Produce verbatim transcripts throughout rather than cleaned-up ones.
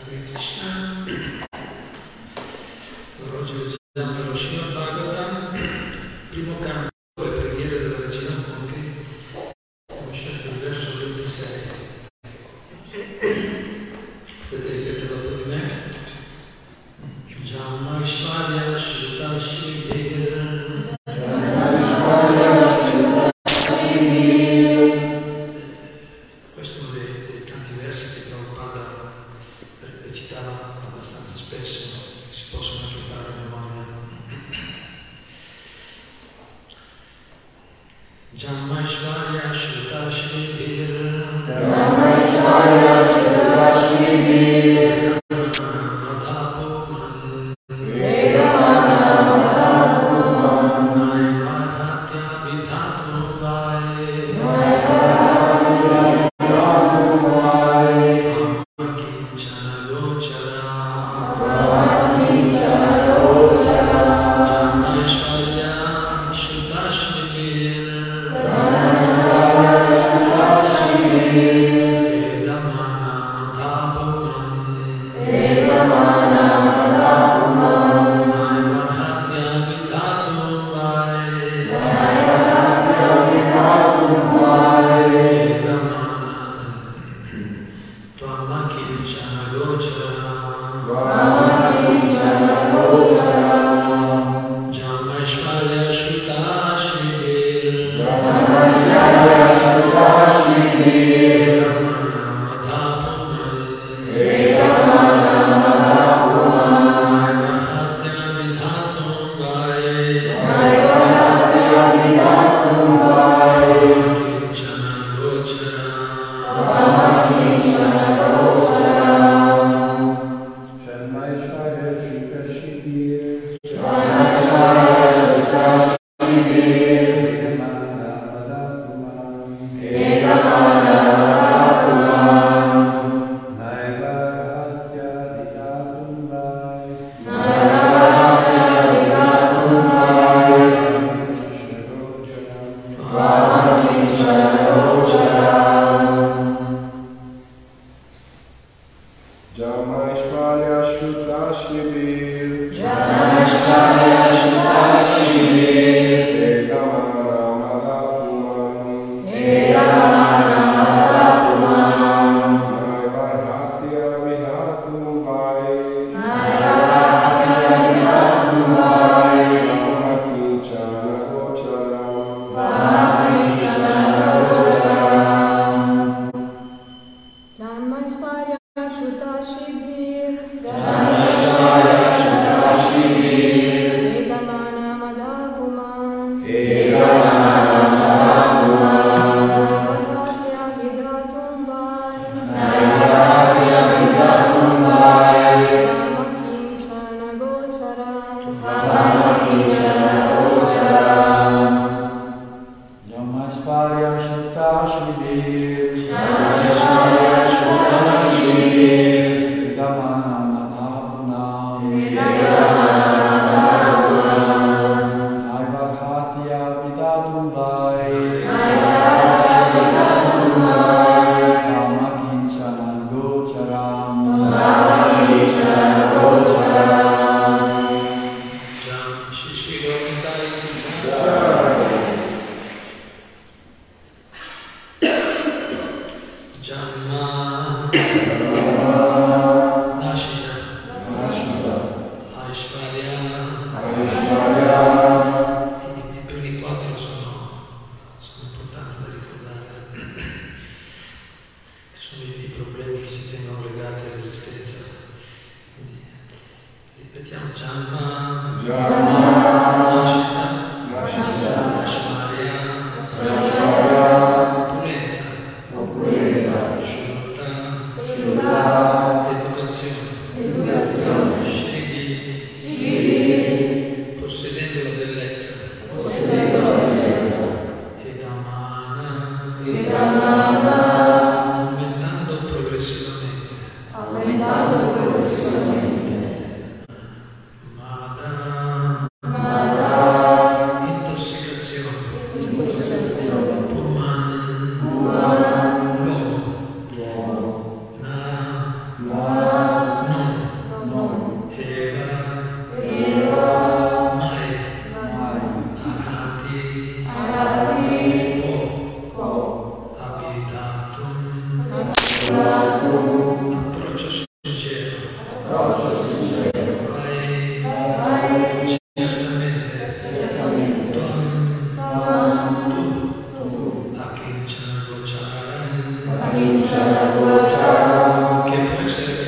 Amen.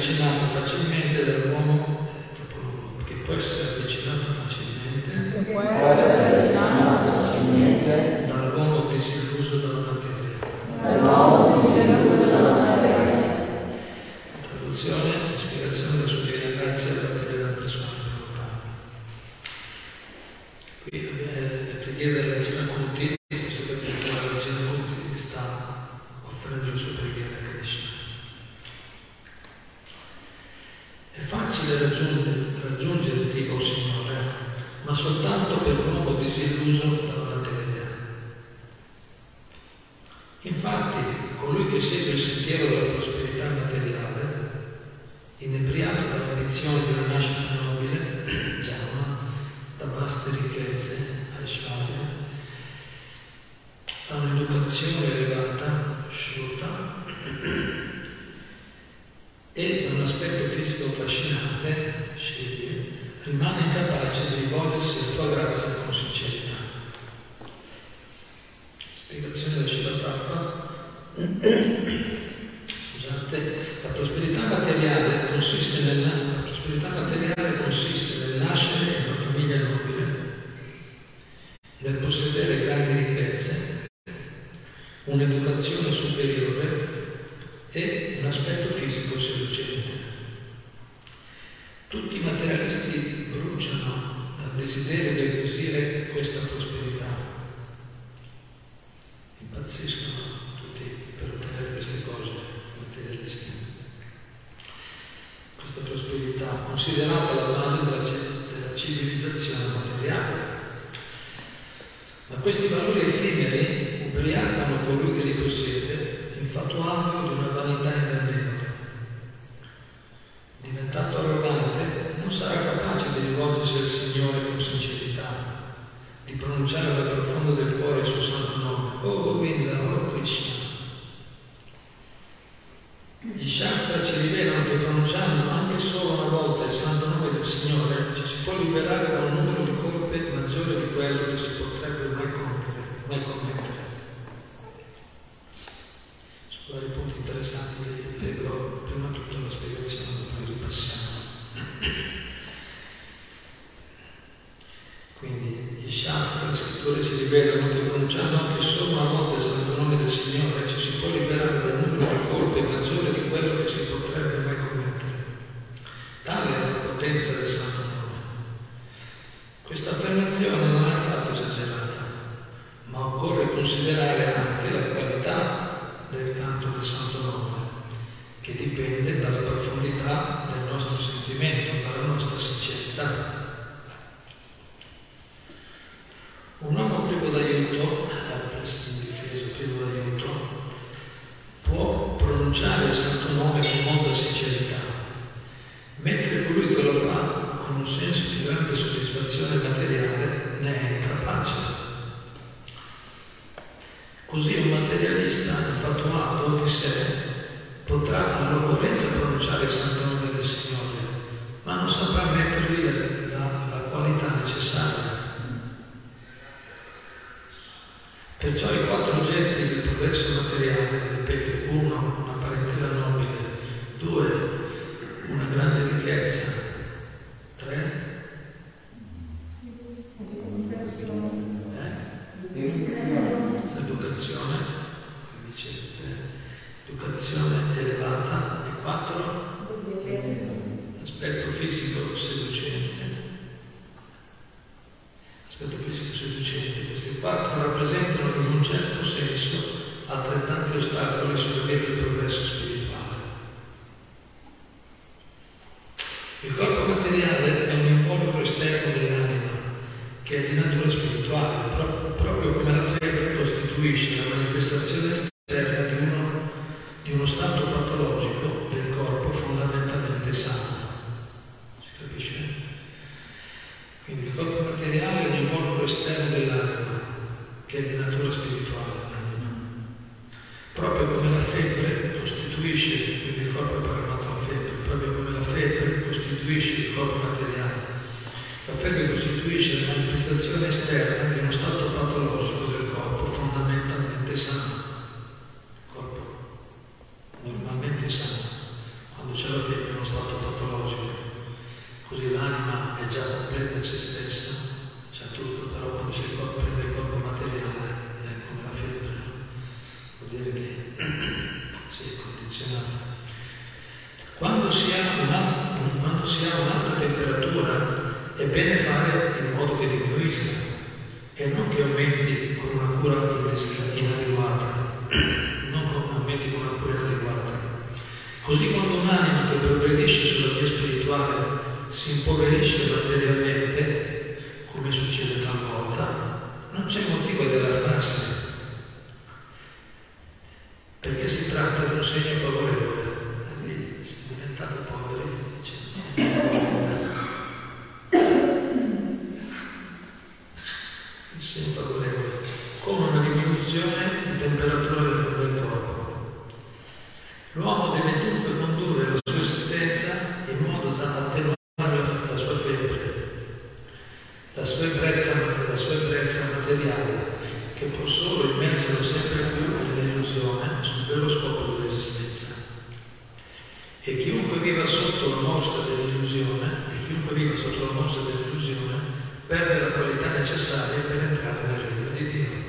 avvicinato facilmente dall'uomo, che può essere avvicinato facilmente, può essere avvicinato facilmente dall'uomo disilluso dalla materia. Dall'uomo disilluso dalla materia. Traduzione e spiegazione della sua divina grazia da parte della persona. Qui eh, le preghiere della Regina Kunti, questo capito la Regina Kunti che sta offrendo le sue preghiere a Krishna. È facile raggiungere, raggiungerti, oh Signore, ma soltanto per un uomo disilluso dalla materia. Infatti, colui che segue il sentiero della prosperità materiale, inebriato dall'ambizione di una nascita nobile, Jama, da vaste ricchezze, Aishvarya, da un'educazione elevata, Shruta, e da un aspetto fisico affascinante, Shri, rimane incapace di rivolgersi alla tua grazia con sincerità. Spiegazione da Srila Prabhupada. Scusate, la prosperità materiale consiste nel, la prosperità materiale consiste nel nascere in una famiglia nobile, nel possedere grandi ricchezze, un'educazione superiore e un aspetto fisico seducente. Tutti i materialisti bruciano dal desiderio di acquisire questa prosperità. Impazziscono tutti per ottenere queste cose, materialisti. Questa prosperità, considerata la base della, della civilizzazione materiale. Ma questi valori effimeri ubriacano colui che li possiede, infatuandolo di una vanità ingannevole. Diventato arrogante, non sarà capace di rivolgersi al Signore con sincerità, di pronunciare dal profondo del cuore il suo santo nome, Oh Govinda, Oh Krishna. Gli Shastra ci rivelano che pronunciando anche solo una volta il santo nome del Signore ci si può liberare da un numero di colpe maggiore di quello che si potrebbe mai compiere, mai commettere. Su vari punti interessanti leggo prima tutta la spiegazione, poi ripassiamo. Quindi gli Shastra, le scritture ci rivelano che pronunciando anche solo una volta il santo nome del Signore ci si può liberare da un numero di colpe maggiore di quello che si potrebbe mai commettere. Tale è la potenza del santo nome. Questa affermazione non è affatto esagerata, ma occorre considerare anche la qualità del canto del santo nome, che dipende dalla profondità del nostro sentimento, dalla nostra sincerità. Un uomo privo d'aiuto, indifeso, privo d'aiuto, può pronunciare il santo nome con molta sincerità, mentre colui che lo fa con un senso di grande soddisfazione materiale ne è incapace. Così un materialista infatuato di sé potrà all'occorrenza pronunciare il santo nome del Signore, ma non saprà mettervi la, la, la qualità necessaria. Perciò i quattro oggetti del progresso materiale, ripete, uno, una parentela nobile, due, una grande ricchezza, tre, eh? L'educazione, dice, educazione elevata, e quattro, l'aspetto fisico seducente. Aspetto fisico seducente. Questi quattro rappresentano in un certo senso altrettanti ostacoli sulla via del progresso spirituale. Il corpo materiale è un involucro esterno dell'anima che è di natura spirituale, proprio, proprio come la febbre costituisce la manifestazione esterna di uno, di uno stato patologico del corpo fondamentalmente sano. Si capisce? Quindi il corpo materiale è un involucro esterno dell'anima, che è di natura spirituale, l'anima. Proprio come la febbre costituisce, quindi il corpo è paragonato alla febbre, proprio come la febbre costituisce il corpo materiale. La febbre costituisce la manifestazione esterna di uno stato patologico del corpo fondamentalmente sano. Il corpo normalmente sano. Quando c'è la febbre non è già completa in se stessa, c'ha tutto, però quando si prende il corpo materiale è come la febbre, vuol dire che si è condizionato. Quando si ha una, quando si ha un'alta temperatura è bene fare in modo che diminuisca e non che aumenti con una cura inadeguata, non aumenti con una cura inadeguata. Così quando un'anima che progredisce sulla via spirituale si impoverisce materialmente, come succede talvolta, non c'è motivo di allarmarsi, perché si tratta di un segno favorevole. Lì si è diventati poveri, dice, il segno favorevole, come una diminuzione di temperatura del corpo. L'uomo deve dunque condurre la sua esistenza in modo da attenuare la sua febbre, la sua ebbrezza, la sua ebbrezza materiale, che può solo immergerlo sempre più nell'illusione sul vero scopo dell'esistenza. E chiunque viva sotto la mostra dell'illusione, e chiunque viva sotto la mostra dell'illusione, perde la qualità necessaria per entrare nel regno di Dio.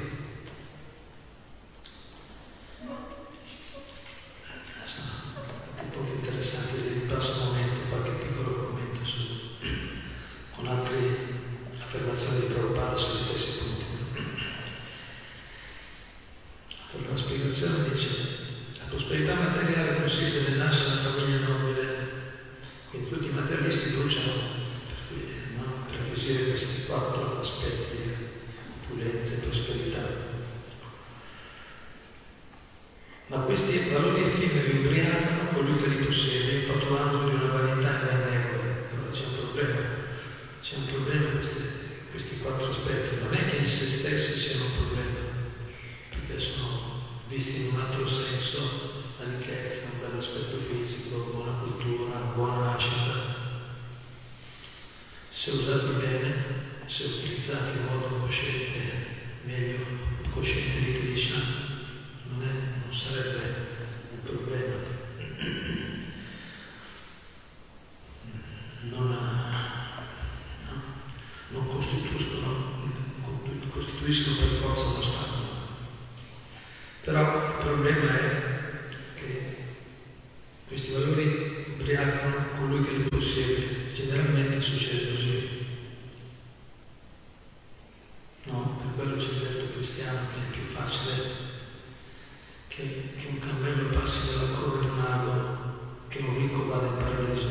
Molto interessante, vi passo un momento, qualche piccolo commento su, con altre affermazioni di Prabhupada sugli stessi punti. Allora, la spiegazione dice: la prosperità materiale consiste nel nascere in una famiglia nobile, quindi tutti i materialisti bruciano per, no? per acquisire questi quattro aspetti: opulenza e prosperità. Ma questi valori effimeri ubriacano colui che li possiede, infatuandolo di una vanità ingannevole. Allora c'è un problema, c'è un problema questi, questi quattro aspetti. Non è che in se stessi siano un problema, perché sono visti in un altro senso: la ricchezza, un bel aspetto fisico, buona cultura, buona nascita. Se usati bene, se utilizzati in modo cosciente, meglio cosciente di Krishna, non, è, non sarebbe un problema. Non, no, non costituiscono, costituiscono per forza uno Stato. Però il problema è che questi valori ubriacano colui che li possiede. Generalmente succede così. No? Per quello ci ha detto Cristiano che è più facile che, che un cammello passi dalla coda di un ago che un ricco vada in paradiso.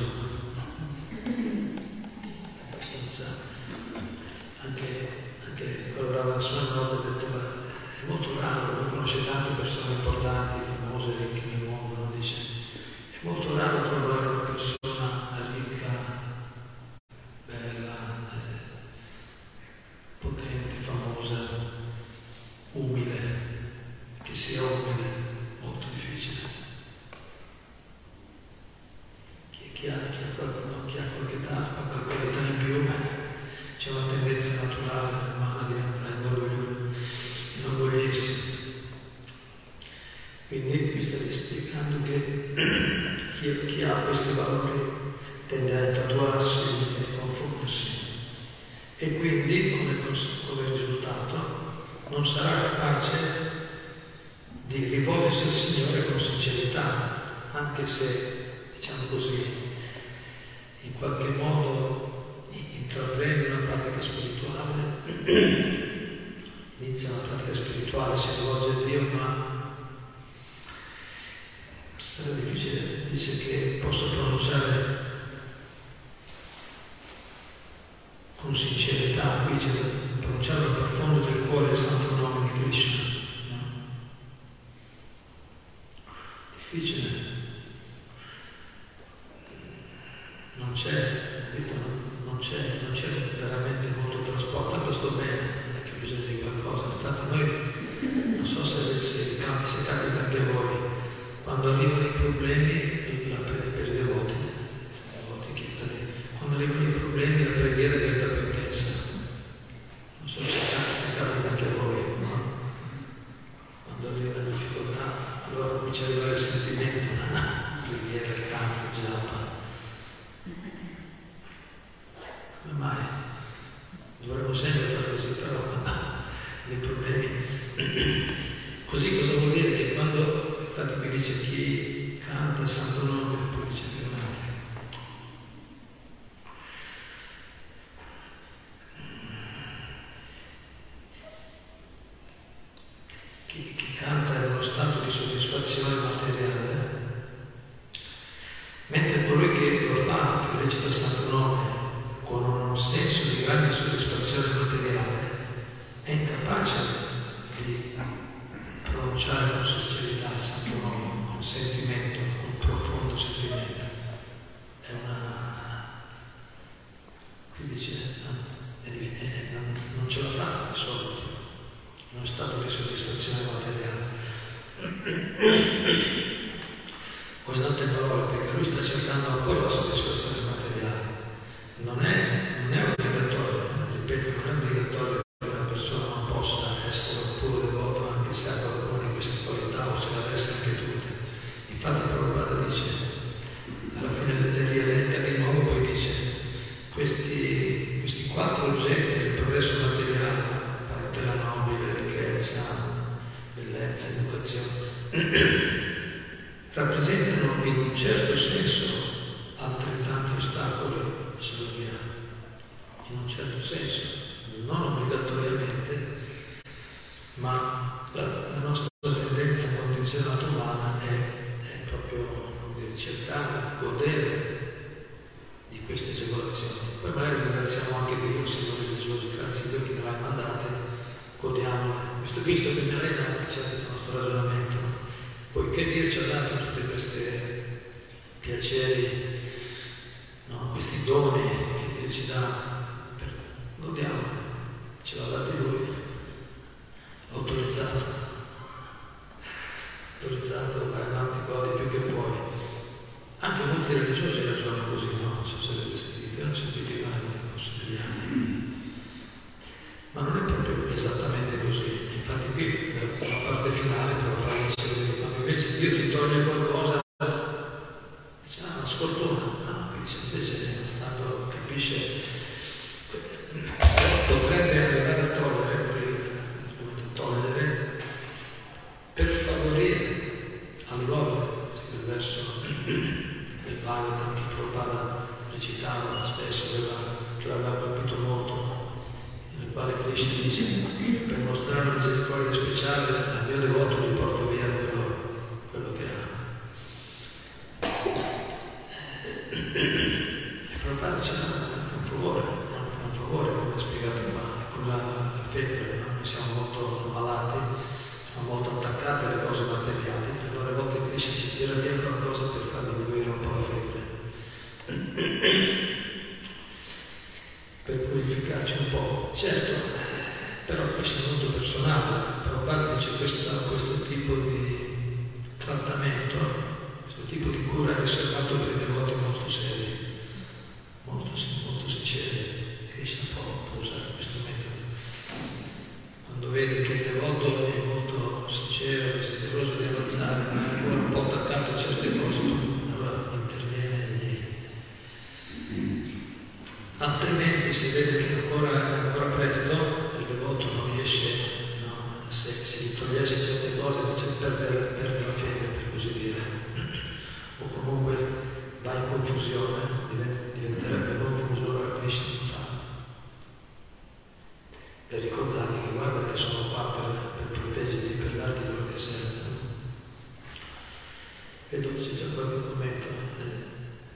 È abbastanza. Anche, anche quello era la sua nota, ha detto: è molto raro, lui conosce tante persone importanti, famose, ricche nel mondo, no? Dice, è molto raro trovare una persona ricca, bella, eh, potente, famosa, umile, che sia umile, molto difficile. Chi, chi, ha, chi, ha, qualcuno, chi ha qualche età, qualche qualità in più, c'è una tendenza naturale umana a diventare inorgoglirsi. Quindi qui sta spiegando che chi, chi ha questi valori tende a infatuarsi e a confondersi, e quindi come, come risultato non sarà capace di rivolgersi al Signore con sincerità, anche se, diciamo così, in qualche modo intraprende una pratica spirituale, inizia una pratica spirituale, si rivolge a Dio, ma sarà difficile, dice che possa pronunciare con sincerità, qui c'è pronunciare dal profondo del cuore il santo nome di Krishna. No? Difficile. Non c'è, detto, non c'è, non c'è veramente molto trasporto, tanto sto bene, non è che bisogna di qualcosa. Infatti noi, non so se, se, se capita anche a voi, quando arrivano i problemi, la preghiera per i devoti, quando arrivano i problemi la preghiera diventa più intensa. Non so se, se capita anche a voi, no? Quando arriva la difficoltà, allora comincia ad arrivare il sentimento, la preghiera, il canto, il japa. mai. Dovremmo sempre fare così, però dei problemi. Così cosa vuol dire? Che quando, infatti mi dice chi canta il santo nome, poi dice che non è. Chi, chi canta in uno stato di soddisfazione materiale, mentre colui che lo fa, che recita il santo nome, con un senso di grande soddisfazione materiale, è incapace di pronunciare con sincerità il santo nome, con sentimento, con profondo sentimento. È una... ti dice, no? è di... è... non... non ce la fa di solito, in uno stato di soddisfazione materiale. O in altre parole, perché lui sta cercando ancora la soddisfazione materiale. Non è, non è obbligatorio, ripeto, non è obbligatorio che una persona non possa essere un puro devoto anche se ha qualcuna di queste qualità o ce l'avesse anche tutte. Infatti Prabhupada dice, alla fine le rielenca di nuovo, poi dice questi, questi quattro oggetti del progresso materiale, parentela nobile, ricchezza, bellezza, educazione, rappresentano in un certo senso altrettanti ostacoli sulla via, in un certo senso, non obbligatoriamente, ma la, la nostra tendenza condizionata umana è, è proprio dire, cercare, godere di queste agevolazioni. Poi magari ringraziamo anche Dio, siamo religiosi, grazie a Dio che me l'hai mandate, godiamole. Visto, visto che me l'hai date, c'è il nostro ragionamento. Poiché Dio ci ha dato tutti questi piaceri, no? Questi doni che Dio ci dà, per... godiamo, ce l'ha dato Lui, autorizzato, autorizzato, vai avanti, godi più che puoi. Anche molti religiosi ragionano così, no? Non so se avete sentito, io non ho sentito i vari nel corso degli anni. Ma non è proprio esattamente così. Infatti qui, nella parte finale, però invece Dio ti toglie qualcosa, dice, ah, una sfortuna, no, invece è stato, capisce, potrebbe arrivare a togliere, togliere per favorire all'uomo, il verso del Bhagavatam che Prabhupada recitava spesso, che l'aveva colpito molto, nel quale Krishna dice, per mostrare una misericordia speciale al mio devoto mi porto via quello quello che ha. E Prabhupada dice, no, è un favore, è un favore, come ha spiegato qua, con la, la febbre, no? Noi siamo molto ammalati, siamo molto attaccati alle cose materiali, allora a volte Krishna ci tira via qualcosa per far diminuire un po' la febbre, per purificarci un po'. Certo, però questo è molto personale. Prabhupada dice questo, questo tipo di trattamento, questo tipo di cura è riservato per i devoti molto seri, molto, molto sinceri. Krishna può, può usare questo metodo. Quando vede che il devoto è molto sincero, desideroso di avanzare, ma è ancora un po' attaccato a certe cose, allora interviene e gli... Altrimenti si vede che ancora, è ancora presto, il devoto non riesce, no? Se si togliesse certe cose, dice, perde, perde la fede, per così dire, o comunque va in confusione, diventerebbe confuso, allora Krishna non fa. Per ricordarti che guarda che sono qua per, per proteggerti, per darti quello che serve. Vedo che c'è già qualche commento. Eh,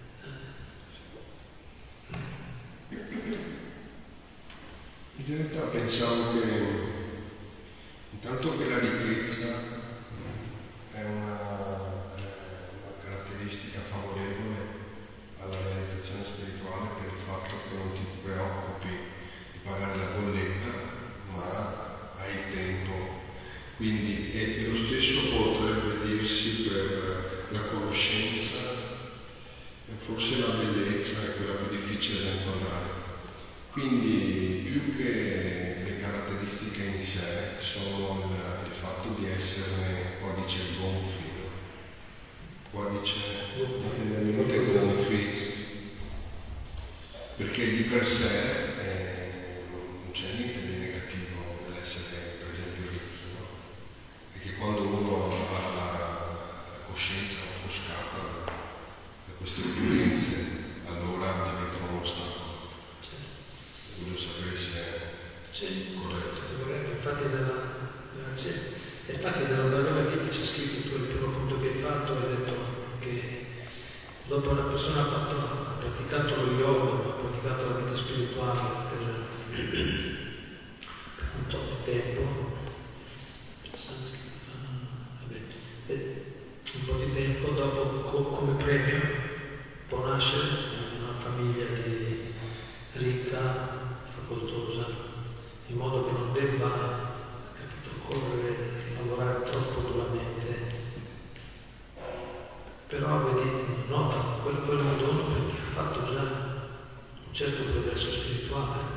In realtà pensiamo che intanto che la ricchezza è una, una caratteristica favorevole alla realizzazione spirituale per il fatto che non ti preoccupi di pagare la bolletta, ma hai tempo. Quindi e lo stesso potrebbe dirsi per la conoscenza, e forse la bellezza è quella più difficile da imparare. Quindi più che le caratteristiche in sé sono il, il fatto di esserne, qua dice gonfi, qua dice materialmente gonfi, perché di per sé praticato lo yoga, ho praticato la vita spirituale per, per un po' di tempo, un po' di tempo, dopo co- come premio può nascere in una famiglia di ricca, facoltosa, in modo che non debba, capito, correre, lavorare troppo duramente. Però vedi, nota, quello, quello è un dono perché ha fatto già un certo progresso spirituale.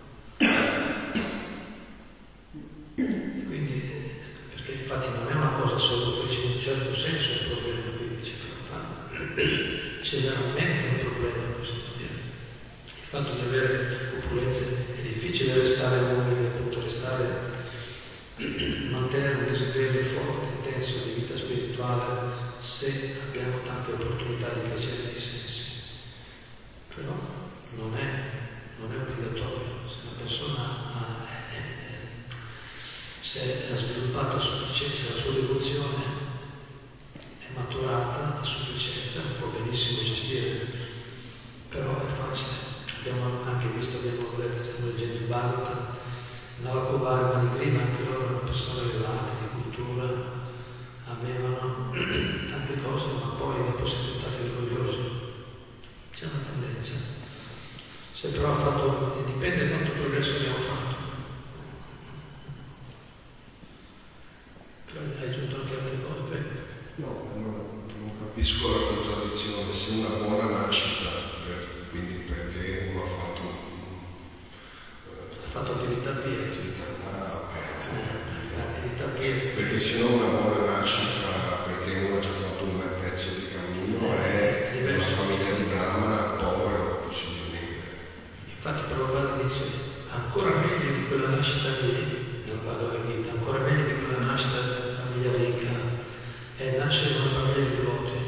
Quindi, perché infatti non è una cosa solo che c'è in un certo senso un problema, quindi c'è c'è veramente un problema, possiamo dire. Il fatto di avere opulenze è difficile restare umili, appunto restare, mantenere un desiderio forte, intenso di vita spirituale se abbiamo tante opportunità di piacere nei sensi. Però non è, non è obbligatorio. Se una persona ha, è, è, se ha sviluppato a sufficienza la sua devozione, è maturata a sufficienza, può benissimo gestire. Però è facile. Abbiamo anche visto, abbiamo letto, stiamo leggendo il Bhagavatam, Nalakobar e Manigrima, anche loro erano persone elevate di cultura, avevano tante cose, ma poi dopo si sono diventati orgogliosi. C'è una tendenza. Se però ha fatto, dipende quanto progresso abbiamo fatto. Però hai aggiunto anche altre cose, prego. No, allora non capisco la contraddizione. Se una buona nascita, quindi perché uno ha fatto Ha fatto attività pia. attività, ah, ok, Eh, attività pia. perché se no una buona nascita, perché uno ha già fatto un bel pezzo di cammino, è una famiglia di Brahmana, povero possibilmente. Infatti Prabhupada dice ancora meglio di quella nascita lì, nel Bhagavad Gita, ancora meglio di quella nascita della famiglia ricca, è nascere in una famiglia di devoti.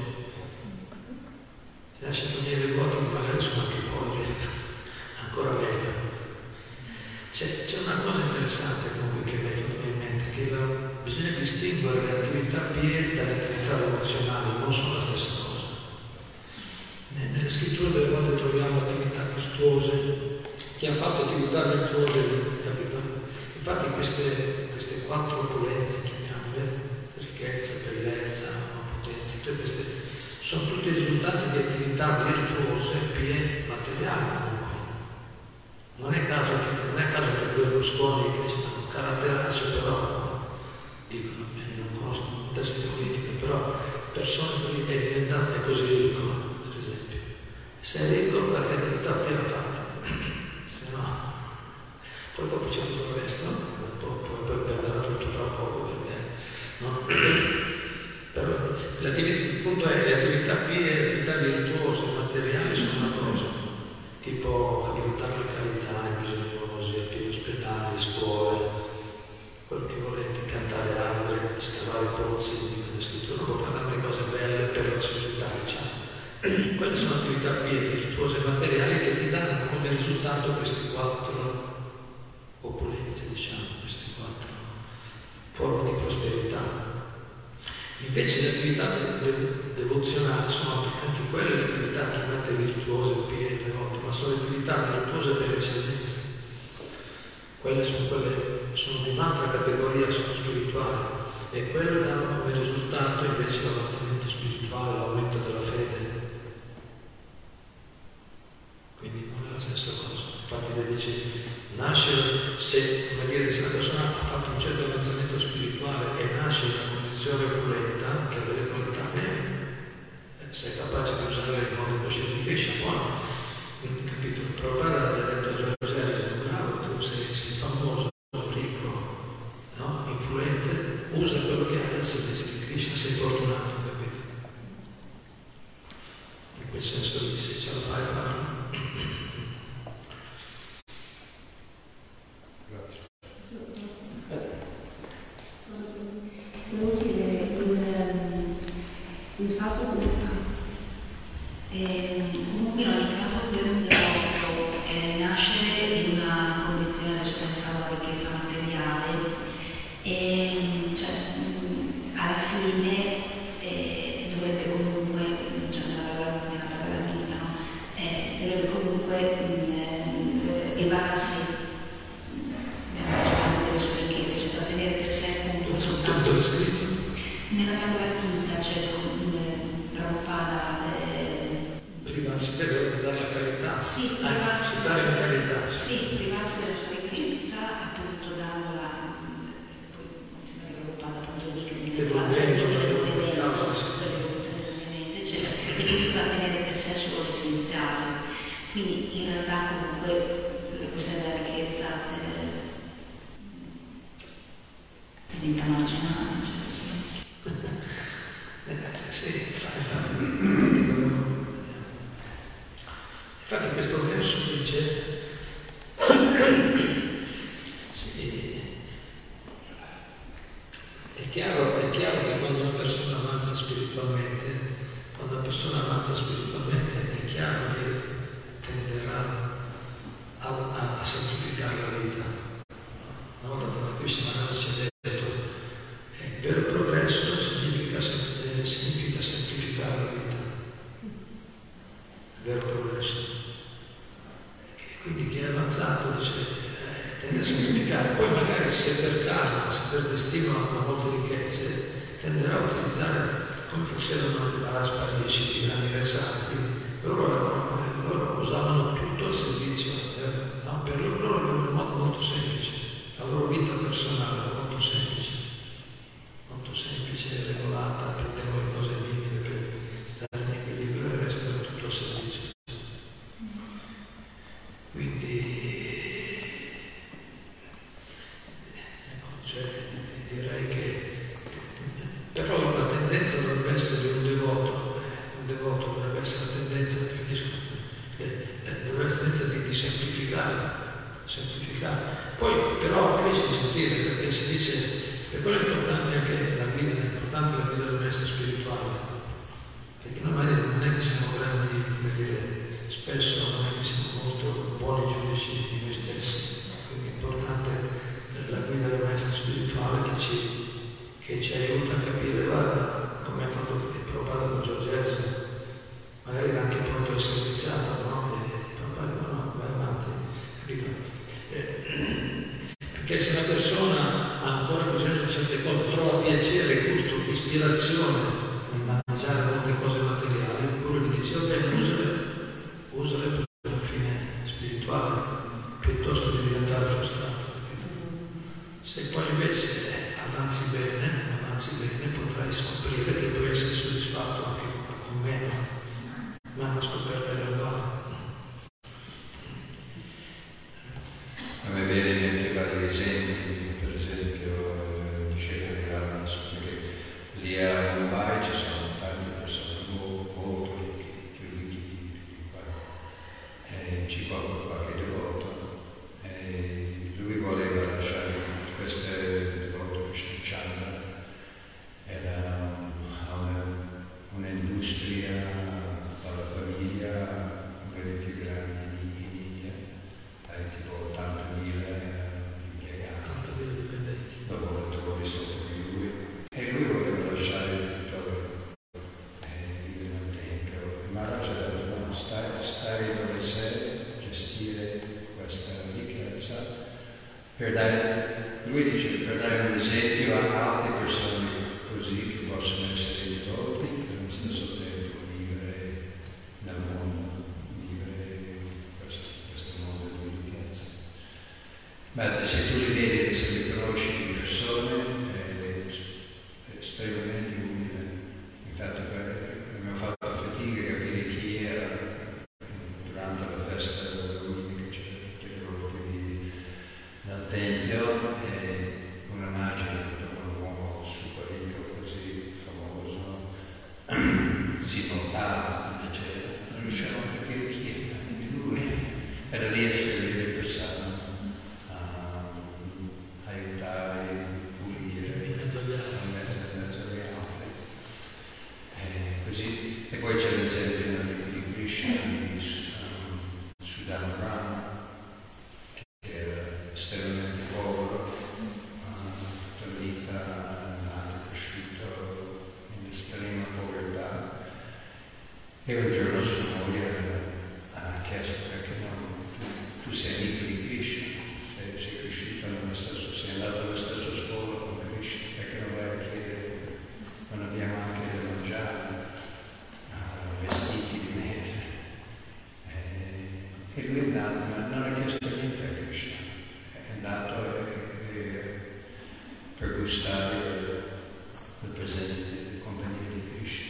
Se nasce in famiglia di devoti magari sono anche poveri, ancora meglio. C'è, c'è una cosa interessante comunque che mi è venuta in mente, che la, bisogna distinguere le attività pie dalle attività devozionali, non sono la stessa cosa. Nelle scritture delle volte troviamo attività virtuose, chi ha fatto attività virtuose, capito? Infatti queste, queste quattro opulenze, chiamiamole, ricchezza, bellezza, potenza, tutte queste, sono tutti risultati di attività virtuose, pie, materiali comunque. Non è caso che, non è caso che Berlusconi, che c'è un caratteraccio, però, dicono, non conosco teste politiche, però persone che è diventato è così ricco, per esempio. Se è ricco, qualche attività appena fatta, se no, poi dopo c'è tutto il resto, poi, poi perderà tutto fra poco, perché, no? Però il punto è le attività pie, le attività virtuose, materiali sono una cosa, tipo aiutare la carità, i bisognosi, aprire ospedali, scuole, quello che volete, piantare alberi, scavare pozzi, dicono scrittura, può fare tante cose belle per la società, diciamo. Quelle sono attività pie, virtuose e materiali che ti danno come risultato queste quattro opulenze, diciamo, queste quattro forme di prosperità. Invece le attività de- de- devozionali sono anche quelle le attività chiamate virtuose o pie le volte, ma sono le attività virtuose per eccellenza. Quelle sono, quelle, sono di un'altra categoria, sono spirituali, e quelle danno come risultato invece l'avanzamento spirituale, l'aumento della fede. Quindi non è la stessa cosa. Infatti lei dice, nasce, se, come dire, se una persona ha fatto un certo avanzamento spirituale e nasce in una condizione opulenta, che ha delle qualità bene, se è capace di usarle in modo coscientifico, buono. Capito? Prabhupada gli ha detto a Giorgio, sei bravo, tu sei, sei famoso, ricco, no? Influente, usa quello che hai al servizio di Krishna, sei fortunato, capito? In quel senso lì, se ce la fai, farlo. Grazie. Devo chiedere il, il fatto che eh, comunque mh, privarsi nella maggioranza delle sue ricchezze, cioè trattenere per sé appunto soltanto. Tutto è scritto? Nella Bhagavad Gita, cioè mh, Prabhupada eh, Privarsi deve dare la carità. sì, Ah, privarsi dare la carità. sì, privarsi della sua ricchezza, appunto dandola, poi mi sembra che Prabhupada appunto dica Che nella classe problema, fisica che del problema, movimento, sì. dell'evoluzione ovviamente, eccetera, e quindi trattenere per sé solo l'essenziale. Quindi in realtà comunque la questione della ricchezza eh, diventa marginale in un certo senso. Eh, sì, infatti, infatti questo verso dice sì, è chiaro, è chiaro che quando una persona avanza spiritualmente, quando una persona avanza spiritualmente è chiaro che tenderà a, a, a semplificare la vita. Una volta che capisci una cosa ci ha detto, eh, il vero progresso significa, eh, significa semplificare la vita. Il vero progresso. E quindi chi è avanzato dice, eh, tende a semplificare, poi magari se per karma, se per destino ha molte ricchezze, tenderà a utilizzare come facevano i Maharaj Parishi, i grandi resanti. Loro, loro usavano tutto al servizio, eh, no? Per loro, loro avevano un modo molto semplice, la loro vita personale era molto semplice, molto semplice, regolata, prendevano le cose minime per stare in equilibrio e il resto era tutto al servizio. Quindi, ecco, cioè, direi che però la tendenza dovrebbe essere di un devoto, eh, un devoto dovrebbe essere la tendenza, finisco, eh, dovrebbe essere la tendenza di, di semplificare, semplificare. Poi però qui si sentire, perché si dice che quello è importante anche la guida, è importante la guida del maestro spirituale, perché noi non è che siamo grandi, come dire, spesso non è che siamo molto buoni giudici di noi stessi, quindi è importante la guida del maestro spirituale che ci che ci aiuta a capire, guarda, come ha fatto il Prabhupada con Giorgesimo, magari era anche pronto a essere iniziato, no? E Prabhupada no, no, vai avanti, capito? Eh, perché se una persona ha ancora bisogno di certe cose, trova piacere, gusto, ispirazione nel mangiare molte cose materiali, oppure gli dice, ok, usale, usale per un fine spirituale, piuttosto di diventare frustrato, capito? Se poi invece avanzi bene, avanzi bene, potrai scoprire che puoi essere soddisfatto anche con meno, ma una scoperta globale. A me viene anche vari esempi, per esempio, diceva di Ramnas, perché lì a Mumbai ci sono tante persone molto, molto ricche, più ricchi di qua, e ci porta qualche devoto, e lui voleva lasciare queste Krishna Chandra, era una, un'industria alla famiglia, una delle più grandi in India, hai tipo ottantamila impiegati, ottantamila dipendenti. lavoratori sotto di lui, e lui voleva lasciare tutto e vivere nel tempio. E Maharaj ha detto, no, stai, stai dove sei, gestire questa ricchezza, per dare, lui dice, per dare un esempio a altre persone così che possono essere devoti, che allo stesso tempo vivere nel mondo, vivere questo, questo mondo di ricchezza. Ma se tu li vedi, se li conosci di persone, è estremamente umile. Infatti abbiamo fatto fatica a capire chi era durante la festa della Domenica, c'era tutte le rotte nel tempio, e una immagine di un uomo super ricco, così famoso, si notava, invece non riusciamo a capire chi era. E lui era lì a servire le persone, a aiutare, pulire, In mezzo agli altri. in mezzo, in mezzo agli altri. E così. E poi c'è l'esempio di Krishna, di Sudama Rama, estremamente povero, tutta la vita ha cresciuto in estrema povertà, e un giorno sua moglie ha chiesto perché non tu sei amico di Krishna, sei, sei cresciuto nello stesso, sei andato alla stessa scuola con Krishna, perché non vai a chiedere, non abbiamo anche da mangiare, uh, vestiti di mettere. Eh, e lui è andato, ma non ha chiesto niente a Krishna, è andato e, e, per gustare il presente delle compagnie di Krishna.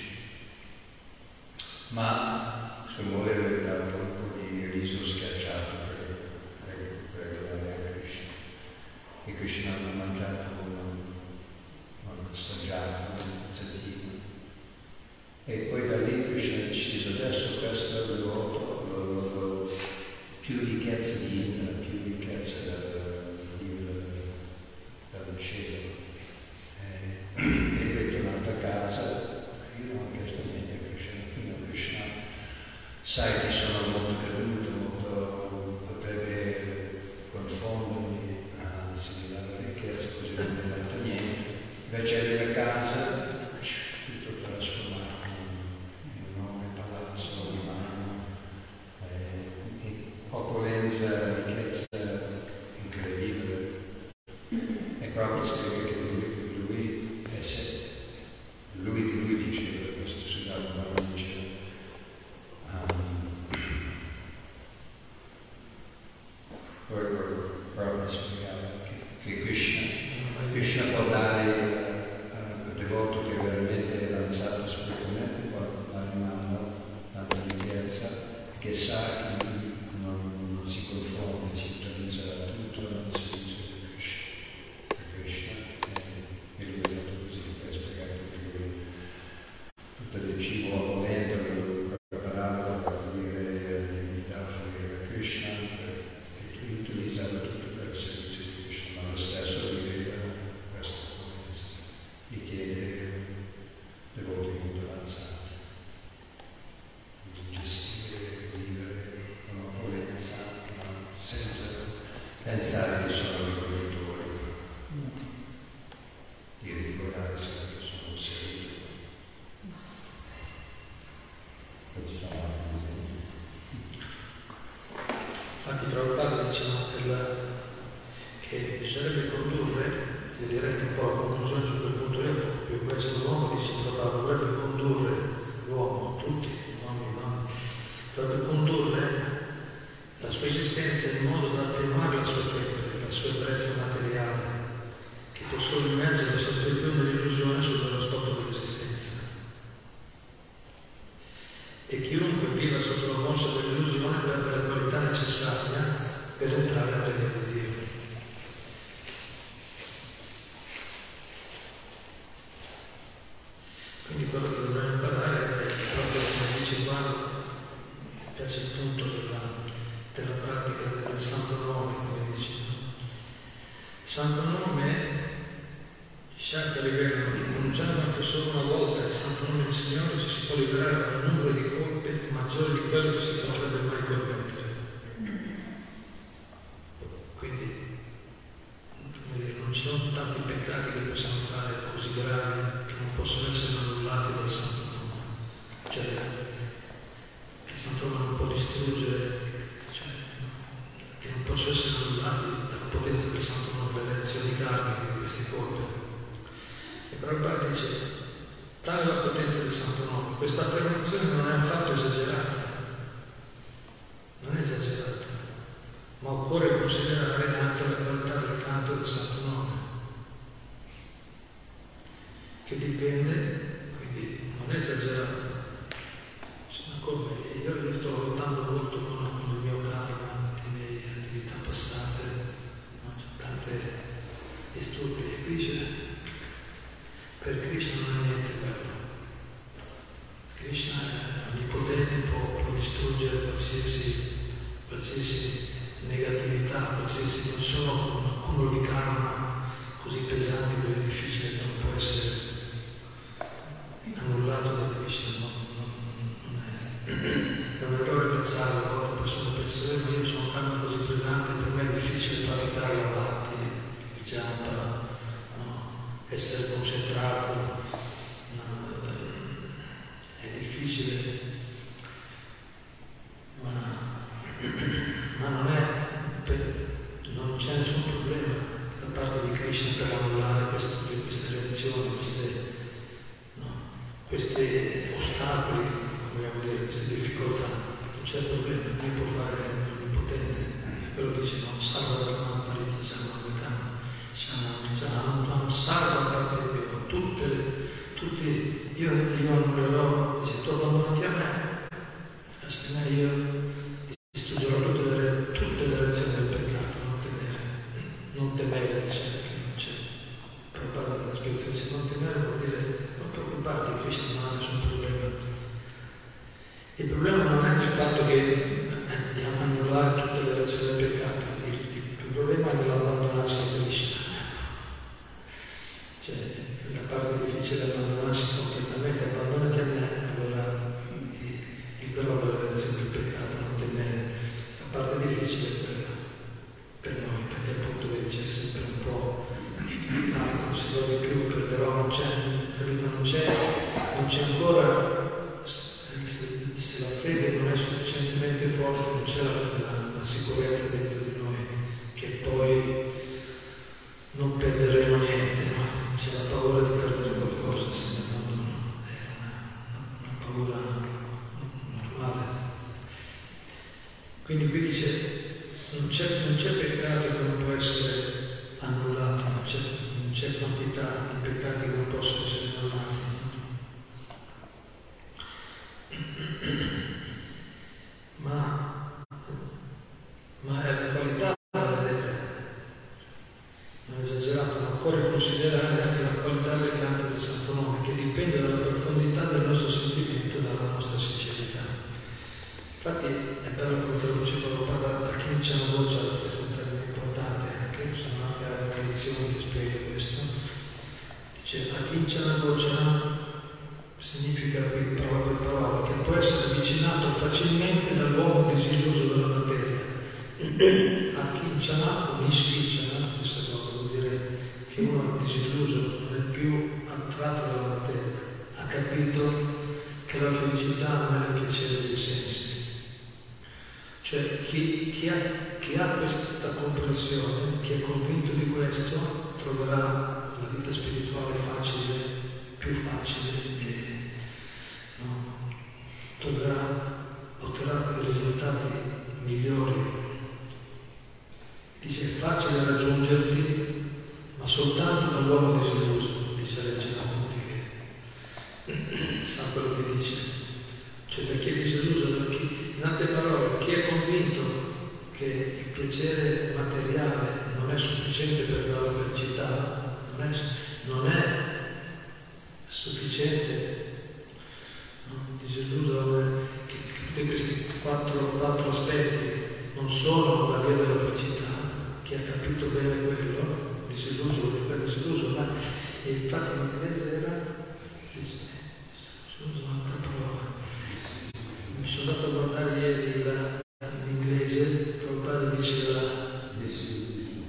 Ma sua moglie aveva dato un po' di riso schiacciato per, per, per arrivare a Krishna. E Krishna non ha mangiato, non ha assaggiato, un pezzettino. E poi da lì Krishna ha deciso, adesso questo è il voto, lo, lo, lo, più ricchezza di Indra, più ricchezza dal, dal cielo. E lui è tornato a casa, io non ho chiesto niente a Krishna, fino a Krishna, sai che sono molto caduto, molto, potrebbe confondermi, anzi mi dà la ricchezza, così non mi ha dato niente. Invece arriva a casa, tutto trasformato in un enorme palazzo umano, eh, opulenza, ricchezza incredibile. E proprio spiega che lui, lui è se, lui di lui diceva questo, si dava una diceva. Um, poi proprio spiegava che, che Krishna, Krishna può dare al devoto che veramente è avanzato spiritualmente, può dare mano alla ricchezza, che sa che lui non, non si confonde, si utilizzerà tutto, non si dice Krishna. Krishna e lui è dato così per spiegare che lui tutto il cibo volendo lo preparava per offrire l'invitare a offrire a Krishna e lui utilizzava tutto per il servizio di Krishna, ma lo stesso viveva questa opulenza, gli chiede devoti molto avanzati di gestire, vivere con opulenza, ma senza pensare che sono ricordatori, di ricordarsi che sono servitori. Infatti Prabhupada diceva che bisognerebbe condurre, si vedrebbe un po' la conclusione su quel punto lì, più invece l'uomo dice che Prabhupada dovrebbe condurre l'uomo, tutti gli uomini, no? Dovrebbe condurre la sua esistenza in modo da attenuare la sua febbre, la sua ebbrezza materiale, che può solo immergere sempre più nell'illusione sul vero scopo dell'esistenza. E chiunque viva sotto la morsa dell'illusione perde la qualità necessaria per entrare nel regno di Dio. Quindi quello che dobbiamo imparare è proprio come dice qua, mi piace il punto della, della pratica del santo nome, come dice. Il santo nome, i Shastra rivelano che pronunciando anche solo una volta il santo nome del Signore ci si può liberare da un numero di colpe maggiore di quello che si potrebbe mai permettere. Quindi, come dire, non ci sono tanti peccati che possiamo fare così gravi che non possono essere annullati dal santo nome. Cioè, il santo nome non può distruggere, cioè, che non possono essere annullati dalla potenza del santo nome, le reazioni karmiche di queste colpe. E Prabhupada dice, tale è la potenza del santo nome. Questa affermazione non è affatto esagerata, non è esagerata, ma occorre considerare anche la qualità del canto del santo nome, che dipende, quindi non è esagerata. Ma come? Io, io sto lottando molto con, con il mio karma, le mie attività passate, no? C'è tante disturbi e qui c'è. Per Krishna non è niente bello. Krishna è onnipotente, può, può distruggere qualsiasi, qualsiasi negatività, qualsiasi, non sono cumuli di karma così pesanti, così difficili che non può essere annullato da Krishna. Non, non, non è, è un errore pensare, a volte la persona pensa, ma io sono un karma così pesante, per me è difficile praticare avanti, il japa, essere concentrato, no, è difficile, ma, ma non è, Krishna per annullare queste, tutte queste reazioni, queste, no, questi ostacoli, vogliamo dire, queste difficoltà. Non c'è problema, Dio può fare l'onnipotente. E quello che dice non salva dal mamma di non salva proprio tutte, tutti, io, io annullerò, dice tu abbandonati a me, se no io distruggerò tutte le, tutte le reazioni del peccato, non temere, non temere, dice che non c'è, per parlare della spiritualità, dice non temere vuol dire non preoccuparti, Cristo non ha nessun problema. Il problema non è nel fatto che eh, di annullare tutte le reazioni del peccato, il, il, il problema è nell'abbandonarsi a Cristo. Cioè, la parte difficile è abbandonarsi completamente, abbandonati a me, allora ti liberò dalle reazioni del peccato, non temere. La parte difficile è quella per noi, perché appunto vedi c'è sempre un po' il calcolo, se do di più perderò, non c'è, capito? Non c'è, non c'è ancora, se, se la fede non è sufficientemente forte, non c'è la, la, la sicurezza dentro di noi, che poi non perderemo niente, no? C'è la paura di perdere qualcosa se ne abbandono, è una, una paura normale. Quindi qui dice, non c'è, non c'è peccato che non può essere annullato, non c'è, non c'è quantità di peccati che non possono essere annullati. Ma, ma è la qualità da vedere. Non esagerato, ma occorre considerare anche la qualità del canto del Santo Nome, che dipende dalla profondità del nostro sentimento e dalla nostra sincerità. Infatti è bello come traduce Prabhupada a chi c'è una voce, questo è un termine importante, anche sono anche alle tradizioni che spiega questo. Dice a chi c'è una voce significa quindi parola per parola, che può essere avvicinato facilmente dall'uomo disilluso della materia. A chi c'è o mischicia, la stessa cosa, vuol dire che uno disilluso non è più attratto dalla materia, ha capito che la felicità non è il piacere dei sensi. Cioè chi, chi, ha, chi ha questa comprensione, chi è convinto di questo, troverà la vita spirituale facile, più facile e no, troverà, otterrà dei risultati migliori. Dice è facile raggiungerti, ma soltanto dall'uomo disilluso, dice Regina Monti, che sa quello che dice. Cioè per chi è disilluso, per chi, in altre parole, chi è convinto che il piacere materiale non è sufficiente per dare la felicità, non è, non è sufficiente, no? Disilluso che tutti questi quattro, quattro aspetti non sono la via della felicità. Chi ha capito bene quello, disilluso, vuol dire disilluso, ma e infatti in inglese era disilluso, un'altra parola. Mi sono andato a guardare ieri la, in inglese, Prabhupada diceva disillusion,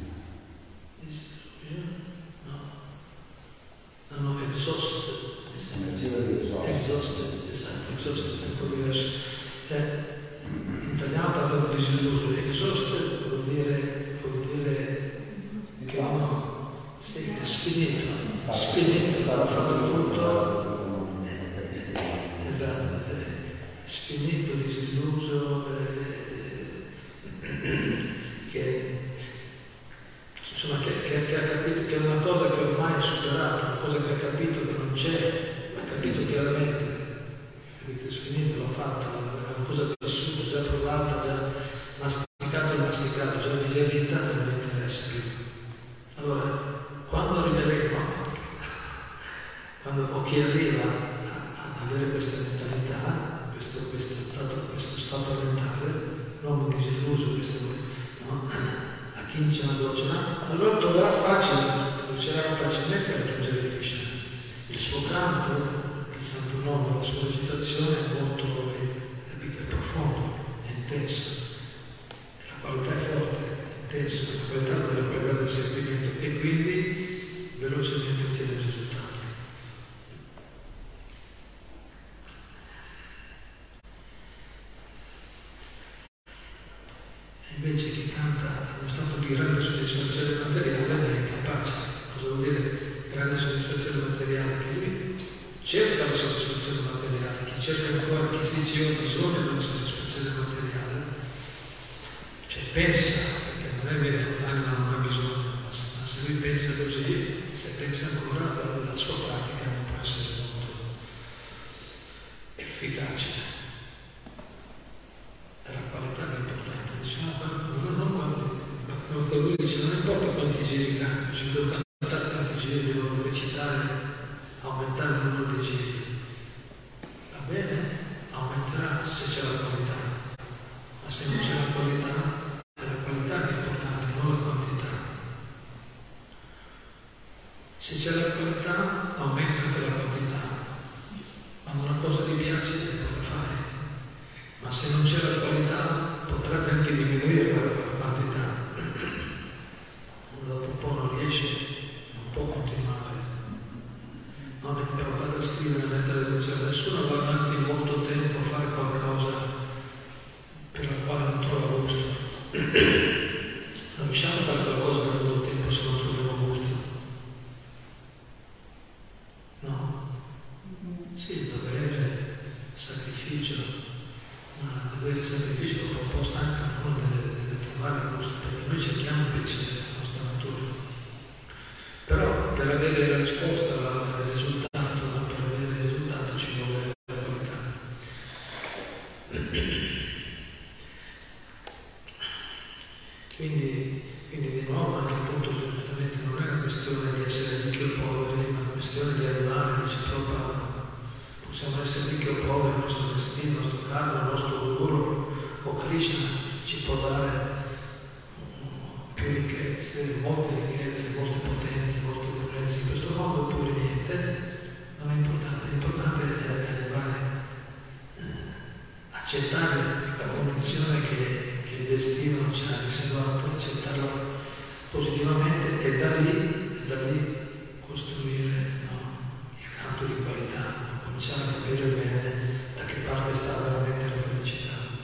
no, no, no, exhausted, exhausted, esatto, exhausted, è un po' diverso. Eh, in italiano tradotto disilluso, exhausted vuol dire, vuol dire che uno sì, è sfinito, sfinito, ha fatto tutto, eh, esatto, eh, sfinito, disilluso, eh, che, insomma, che, che, che ha capito che è una cosa che ormai è superata, una cosa che ha capito che non c'è, ha capito chiaramente, capito, sfinito, l'ha fatta, è una cosa vissuta, già provata, già masticato e masticato, già digerita e non mi interessa più. Allora, quando arriveremo, quando o chi arriva a, a avere questa mentalità, questo, questo, stato, questo stato mentale, l'uomo disilluso, questo, no? A chi non c'è una voce, allora troverà facile, riuscirà facilmente a raggiungere Krishna. Il suo canto, il santo nome, la sua recitazione è molto è, è profondo, è intenso, la qualità è forte, è intenso, la qualità della qualità del sentimento e quindi velocemente ottiene il risultato. E invece chi canta in uno stato di grande soddisfazione materiale non è incapace. Cosa vuol dire grande soddisfazione materiale? Che lui cerca la soddisfazione materiale, chi cerca ancora, chi si dice io ho bisogno della soddisfazione materiale, cioè pensa, perché non è vero, l'anima non ha bisogno, ma se lui pensa così, se pensa ancora, la sua pratica non può essere molto efficace. È la qualità che è importante. Diciamo, non, non, non, non, lui dice non importa quanti giri canto, se devo cantare tanti giri, devo recitare, aumentare il numero dei giri. Va bene? Aumenterà se c'è la qualità. Ma se non c'è la qualità, è la qualità che è importante, non la quantità. Se c'è la qualità, aumenta anche la quantità. Quando una cosa ti piace, non la fai. Ma se non c'è la qualità, potrebbe anche diminuire la quantità. Dopo un po' non riesce, non può continuare. Non è però vado a scrivere, a mettere le cose. Nessuno va avanti molto tempo a fare qualcosa per la quale non trova gusto. Non riusciamo a fare qualcosa per molto tempo se non troviamo gusto. No? Sì, il dovere, il sacrificio, ma il dovere e il sacrificio dopo un po' stanca, uno deve, deve trovare gusto, perché noi cerchiamo il piacere nella nostra natura. Però per avere la risposta, il risultato, no? Per avere il risultato ci vuole la qualità. Quindi, quindi di nuovo anche appunto giustamente non è una questione di essere ricchi o poveri, ma una questione di arrivare, dice Prabhupada, possiamo essere ricchi o poveri, il nostro destino, il nostro karma, il nostro guru o Krishna ci può dare più ricchezze, molte ricchezze, molte potenze, molte opulenze in questo mondo, oppure niente, non è importante, l'importante è arrivare a eh, accettare la condizione che, che il destino ci ha riservato, accettarla positivamente e da lì, e da lì costruire, no, il campo di qualità, no? Cominciare a capire bene da che parte sta veramente la felicità.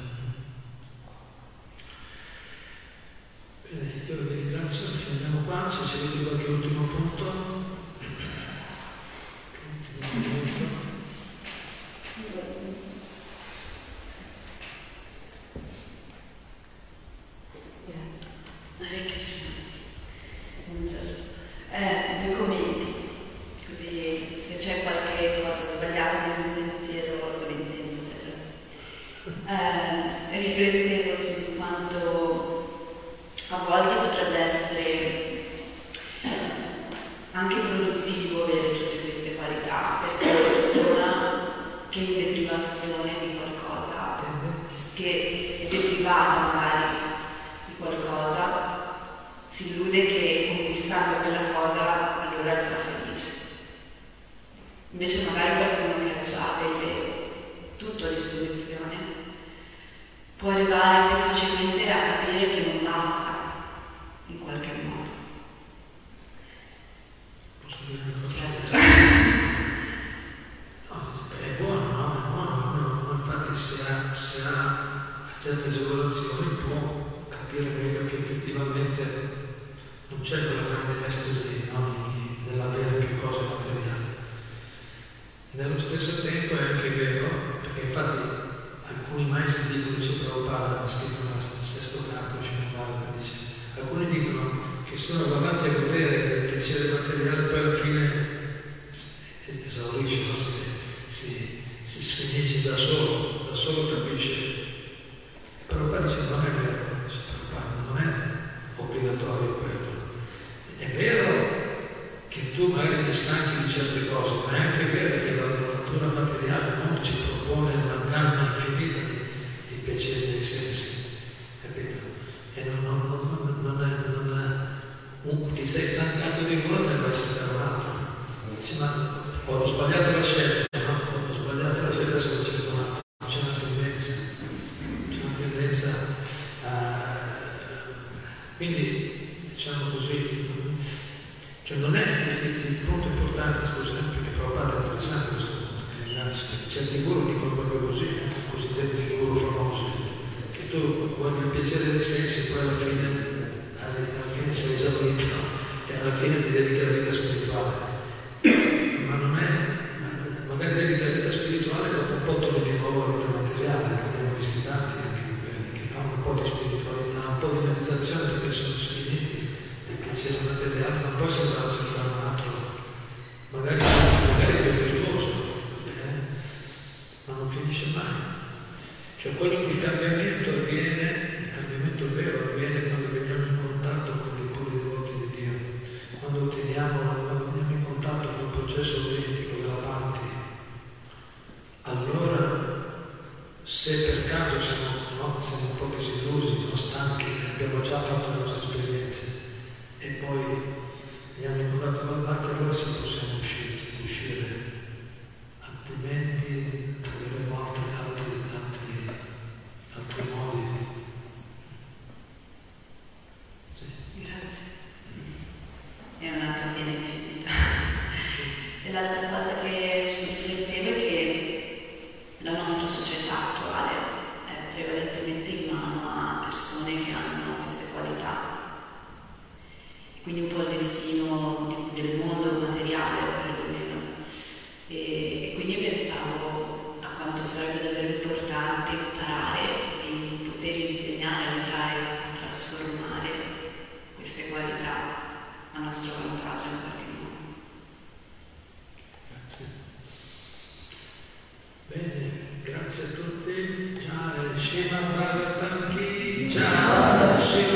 Bene, io vi ringrazio, finiamo qua, se ci avete qualche ultimo punto. Ultimo punto. Hare Krishna. Eh, due commenti, così se c'è qualche cosa sbagliata nel mio pensiero posso intendere. Eh, riflettevo su quanto a volte potrebbe essere anche produttivo avere tutte queste qualità, perché la persona che inventa un'azione di qualcosa che è derivata magari di qualcosa si illude che conquistando quella cosa allora sarà felice. Invece magari qualcuno che ha già delle, tutto a disposizione può arrivare più facilmente a capire che non basta in qualche modo. Posso dire una cosa? No, è buono, no? È buono. Uno, infatti se ha, se ha certe agevolazioni può capire meglio che effettivamente non c'è quella grande estasi, no, nell'avere più cose materiali. E nello stesso tempo è anche vero, perché infatti alcuni maestri dicono, dice Prabhupada, ha scritto nel sesto canto, dice, alcuni dicono che sono davanti a godere del piacere materiale, poi alla fine esaurisce, no? si, si, si sfinisce da solo, da solo capisce. Prabhupada dice non è vero, dice Prabhupada, non è obbligatorio quello. È vero che tu magari ti stanchi di certe cose, ma è anche vero che la natura materiale non ci propone una gamma infinita di, di piaceri dei sensi, capito? E non, non, non, non è, non è un, ti sei stancato di uno e vai a cercare un altro. Dici, ma ho sbagliato la scelta, no? Ho sbagliato la scelta se lo cerco un altro. C'è una tendenza, c'è una tendenza a... Quindi, diciamo così, cioè non è il, il, il punto importante, scusa, perché Prabhupada è interessante questo punto, ti ringrazio, perché certi guru dicono proprio così, eh, cosiddetti guru famosi, che che tu vuoi il piacere dei sensi e poi alla fine, alla fine sei esaurito e alla fine ti dedichi alla vita spirituale. Ma non è, magari dedichi alla vita spirituale dopo un po' torni di nuovo alla vita materiale, che abbiamo visti tanti anche quelli che fanno un po' di spiritualità, un po' di meditazione perché sono finiti del piacere materiale, ma poi sembrano sembrare un altro, magari, magari più virtuoso, eh? Ma non finisce mai. Cioè quello che il cambiamento avviene, il cambiamento vero avviene quando veniamo in contatto con dei puri devoti di Dio, quando otteniamo, quando veniamo in contatto con il processo autentico della parte. Allora, se per caso siamo, no, siamo un po' disillusi, non stanchi, abbiamo già fatto le nostre esperienze e poi veniamo in contatto con la parte, allora sì possiamo uscire, uscire. Altrimenti troveremo altri, altri, altri, altri modi. Sì. Grazie. È una catena infinita. E l'altra cosa che riflettevo è che la nostra società attuale è prevalentemente in mano a persone che hanno queste qualità. E quindi un po' il destino del mondo materiale, perlomeno. E, e quindi io pensavo a quanto sarebbe davvero importante imparare e poter insegnare, aiutare a trasformare queste qualità a nostro vantaggio in qualche modo. Grazie. Bene, grazie a tutti. Ciao, Shima Bhagavatam Ki Jai.